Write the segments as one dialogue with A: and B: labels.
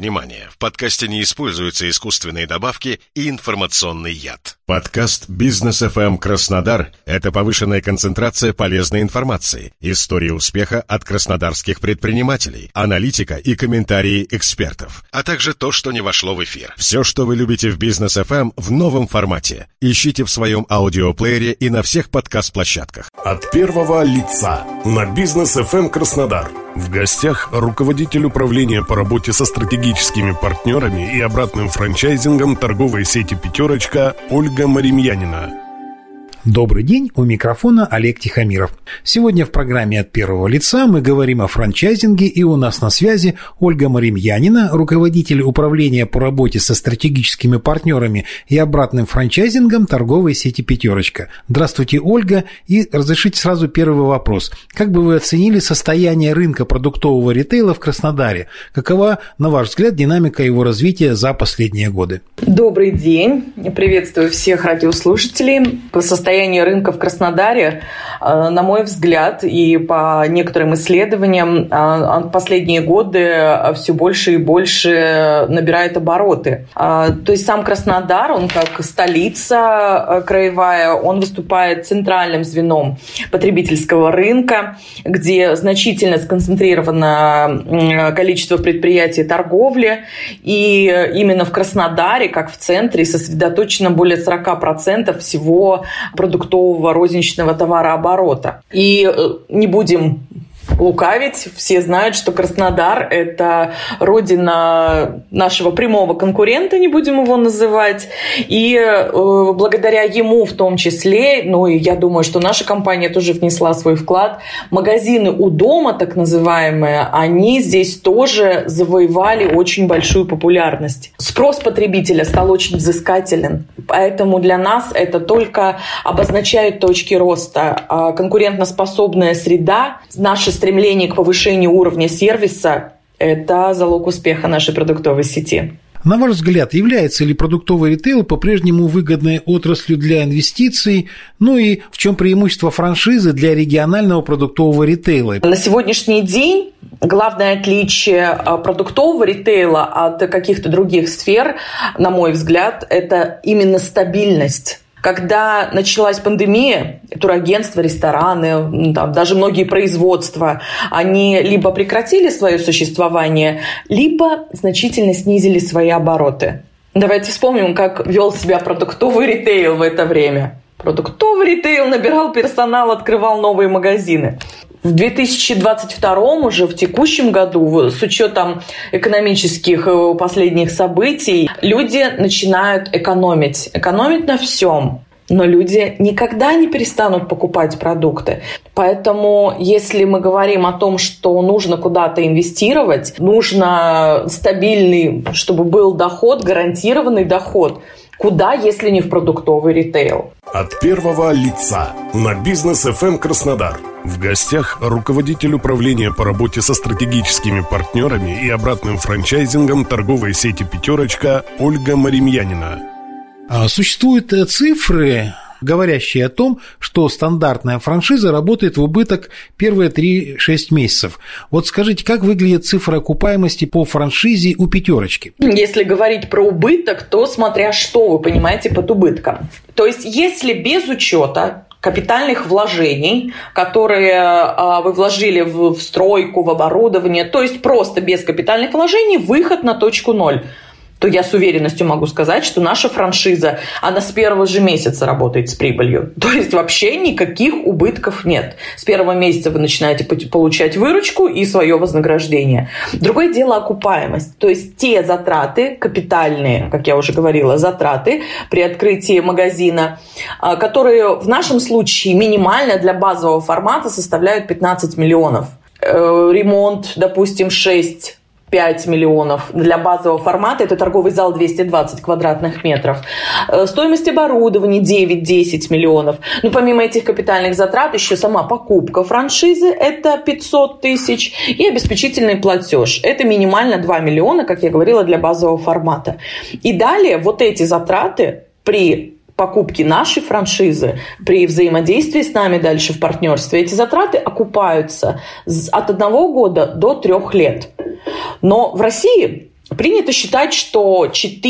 A: Внимание! В подкасте не используются искусственные добавки и информационный яд. Подкаст «Бизнес ФМ Краснодар» — это повышенная концентрация полезной информации, истории успеха от краснодарских предпринимателей, аналитика и комментарии экспертов, а также то, что не вошло в эфир. Все, что вы любите в «Бизнес ФМ» в новом формате. Ищите в своем аудиоплеере и на всех подкаст-площадках.
B: От первого лица на «Бизнес ФМ Краснодар». В гостях руководитель управления по работе со стратегическими партнерами и обратным франчайзингом торговой сети «Пятерочка» Ольга Маремьянина.
C: Добрый день, у микрофона Олег Тихомиров. Сегодня в программе «От первого лица» мы говорим о франчайзинге, и у нас на связи Ольга Маремьянина, руководитель управления по работе со стратегическими партнерами и обратным франчайзингом торговой сети «Пятерочка». Здравствуйте, Ольга, и разрешите сразу первый вопрос. Как бы вы оценили состояние рынка продуктового ритейла в Краснодаре? Какова, на ваш взгляд, динамика его развития за последние годы?
D: Добрый день, приветствую всех радиослушателей. По состоянию рынка в Краснодаре, на мой взгляд, и по некоторым исследованиям, последние годы все больше и больше набирает обороты. То есть сам Краснодар, он как столица краевая, он выступает центральным звеном потребительского рынка, где значительно сконцентрировано количество предприятий торговли, и именно в Краснодаре, как в центре, сосредоточено более 40% всего продуктового розничного товарооборота. И не будем лукавить, все знают, что Краснодар – это родина нашего прямого конкурента, не будем его называть, и благодаря ему в том числе, ну и я думаю, что наша компания тоже внесла свой вклад, магазины у дома, так называемые, они здесь тоже завоевали очень большую популярность. Спрос потребителя стал очень взыскателен, поэтому для нас это только обозначает точки роста. Конкурентоспособная среда, наши стремление к повышению уровня сервиса – это залог успеха нашей продуктовой сети.
C: На ваш взгляд, является ли продуктовый ритейл по-прежнему выгодной отраслью для инвестиций? Ну и в чем преимущество франшизы для регионального продуктового ритейла?
D: На сегодняшний день главное отличие продуктового ритейла от каких-то других сфер, на мой взгляд, это именно стабильность. Когда началась пандемия, турагентства, рестораны, даже многие производства, они либо прекратили свое существование, либо значительно снизили свои обороты. Давайте вспомним, как вел себя продуктовый ритейл в это время. Продуктовый ритейл набирал персонал, открывал новые магазины. В 2022 уже, в текущем году, с учетом экономических последних событий, люди начинают экономить. Экономить на всем. Но люди никогда не перестанут покупать продукты. Поэтому, если мы говорим о том, что нужно куда-то инвестировать, нужно стабильный, чтобы был доход, гарантированный доход. Куда, если не в продуктовый ритейл?
B: От первого лица на «Бизнес ФМ Краснодар». В гостях руководитель управления по работе со стратегическими партнерами и обратным франчайзингом торговой сети «Пятерочка» Ольга Маремьянина.
C: Существуют цифры, говорящие о том, что стандартная франшиза работает в убыток первые 3-6 месяцев. Вот скажите, как выглядит цифра окупаемости по франшизе у «Пятерочки»?
D: Если говорить про убыток, то смотря что вы понимаете под убытком. То есть, если без учета капитальных вложений, которые вы вложили в стройку, в оборудование, то есть просто без капитальных вложений, выход на точку ноль, то я с уверенностью могу сказать, что наша франшиза, она с первого же месяца работает с прибылью. То есть вообще никаких убытков нет. С первого месяца вы начинаете получать выручку и свое вознаграждение. Другое дело окупаемость. То есть те затраты, капитальные, как я уже говорила, затраты при открытии магазина, которые в нашем случае минимально для базового формата составляют 15 миллионов. Ремонт, допустим, 6-5 миллионов. Для базового формата это торговый зал 220 квадратных метров. Стоимость оборудования 9-10 миллионов. Но помимо этих капитальных затрат еще сама покупка франшизы это 500 тысяч и обеспечительный платеж. Это минимально 2 миллиона, как я говорила, для базового формата. И далее вот эти затраты при покупки нашей франшизы, при взаимодействии с нами дальше в партнерстве, эти затраты окупаются от 1 года до 3 лет. Но в России Принято считать, что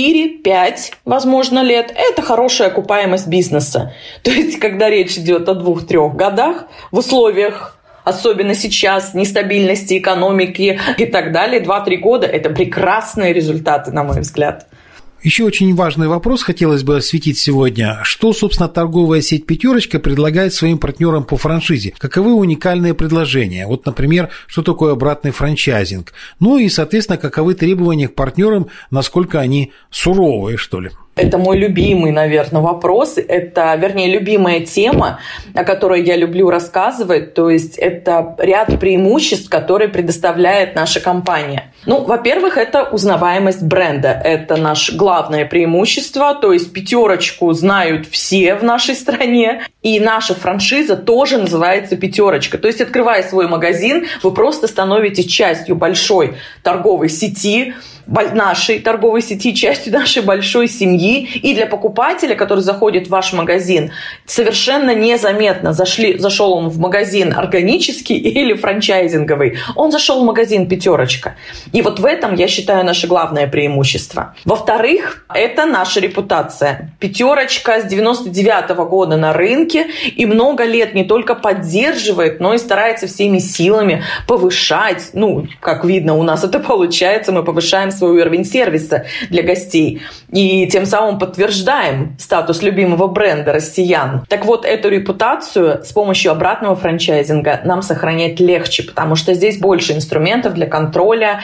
D: 4-5, возможно, лет – это хорошая окупаемость бизнеса. То есть, когда речь идет о 2-3 годах в условиях, особенно сейчас, нестабильности экономики и так далее, 2-3 года – это прекрасные результаты, на мой взгляд.
C: Еще очень важный вопрос хотелось бы осветить сегодня. Что, собственно, торговая сеть «Пятерочка» предлагает своим партнерам по франшизе? Каковы уникальные предложения? Вот, например, что такое обратный франчайзинг? Ну и, соответственно, каковы требования к партнерам, насколько они суровые, что ли?
D: Это мой любимый, наверное, вопрос. Это, вернее, любимая тема, о которой я люблю рассказывать. То есть это ряд преимуществ, которые предоставляет наша компания. Ну, во-первых, это узнаваемость бренда. Это наше главное преимущество. То есть «Пятерочку» знают все в нашей стране. И наша франшиза тоже называется «Пятерочка». То есть, открывая свой магазин, вы просто становитесь частью большой торговой сети, нашей торговой сети, частью нашей большой семьи. И для покупателя, который заходит в ваш магазин, совершенно незаметно, зашел он в магазин органический или франчайзинговый, он зашел в магазин «Пятерочка». И вот в этом, я считаю, наше главное преимущество. Во-вторых, это наша репутация. «Пятерочка» с 99-го года на рынке и много лет не только поддерживает, но и старается всеми силами повышать. Ну, как видно, у нас это получается, мы повышаем свой уровень сервиса для гостей и тем самым подтверждаем статус любимого бренда россиян. Так вот, эту репутацию с помощью обратного франчайзинга нам сохранять легче, потому что здесь больше инструментов для контроля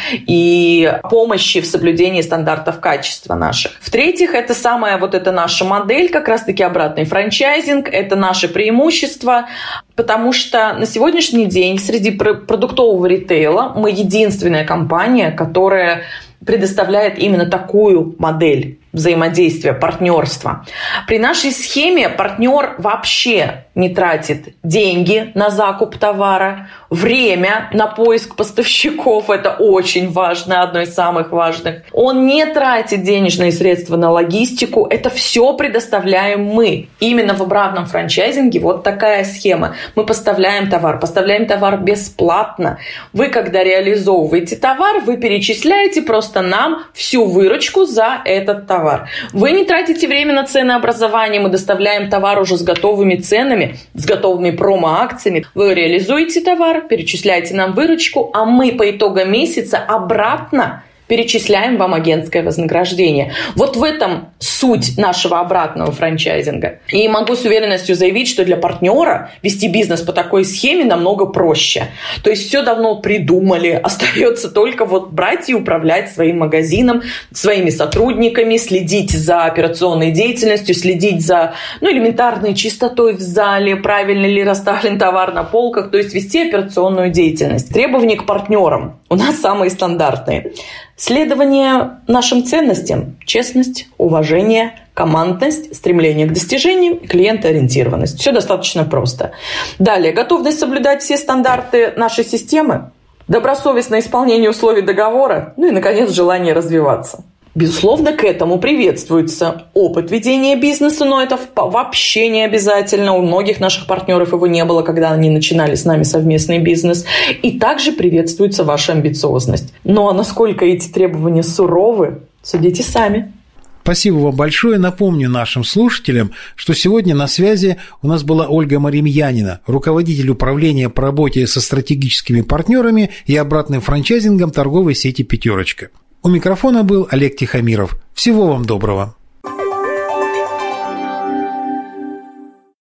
D: и помощи в соблюдении стандартов качества наших. В-третьих, это самая вот эта наша модель, как раз-таки обратный франчайзинг, это наше преимущество, потому что на сегодняшний день среди продуктового ритейла мы единственная компания, которая предоставляет именно такую модель взаимодействия, партнерства. При нашей схеме партнер вообще не тратит деньги на закуп товара, время на поиск поставщиков, это очень важно, одно из самых важных. Он не тратит денежные средства на логистику, это все предоставляем мы. Именно в обратном франчайзинге вот такая схема. Мы поставляем товар бесплатно. Вы, когда реализовываете товар, вы перечисляете просто нам всю выручку за этот товар. Вы не тратите время на ценообразование, мы доставляем товар уже с готовыми ценами, с готовыми промо-акциями. Вы реализуете товар, перечисляете нам выручку, а мы по итогам месяца обратно перечисляем вам агентское вознаграждение. Вот в этом суть нашего обратного франчайзинга. И могу с уверенностью заявить, что для партнера вести бизнес по такой схеме намного проще. То есть все давно придумали, остается только вот брать и управлять своим магазином, своими сотрудниками, следить за операционной деятельностью, следить за элементарной чистотой в зале, правильно ли расставлен товар на полках, то есть вести операционную деятельность. Требования к партнерам у нас самые стандартные. Следование нашим ценностям – честность, уважение, командность, стремление к достижениям и клиентоориентированность. Все достаточно просто. Далее, готовность соблюдать все стандарты нашей системы, добросовестное исполнение условий договора, и, наконец, желание развиваться. Безусловно, к этому приветствуется опыт ведения бизнеса, но это вообще не обязательно. У многих наших партнеров его не было, когда они начинали с нами совместный бизнес. И также приветствуется ваша амбициозность. Ну а насколько эти требования суровы, судите сами.
C: Спасибо вам большое. Напомню нашим слушателям, что сегодня на связи у нас была Ольга Маримьянина, руководитель управления по работе со стратегическими партнерами и обратным франчайзингом торговой сети «Пятерочка». У микрофона был Олег Тихомиров. Всего вам доброго.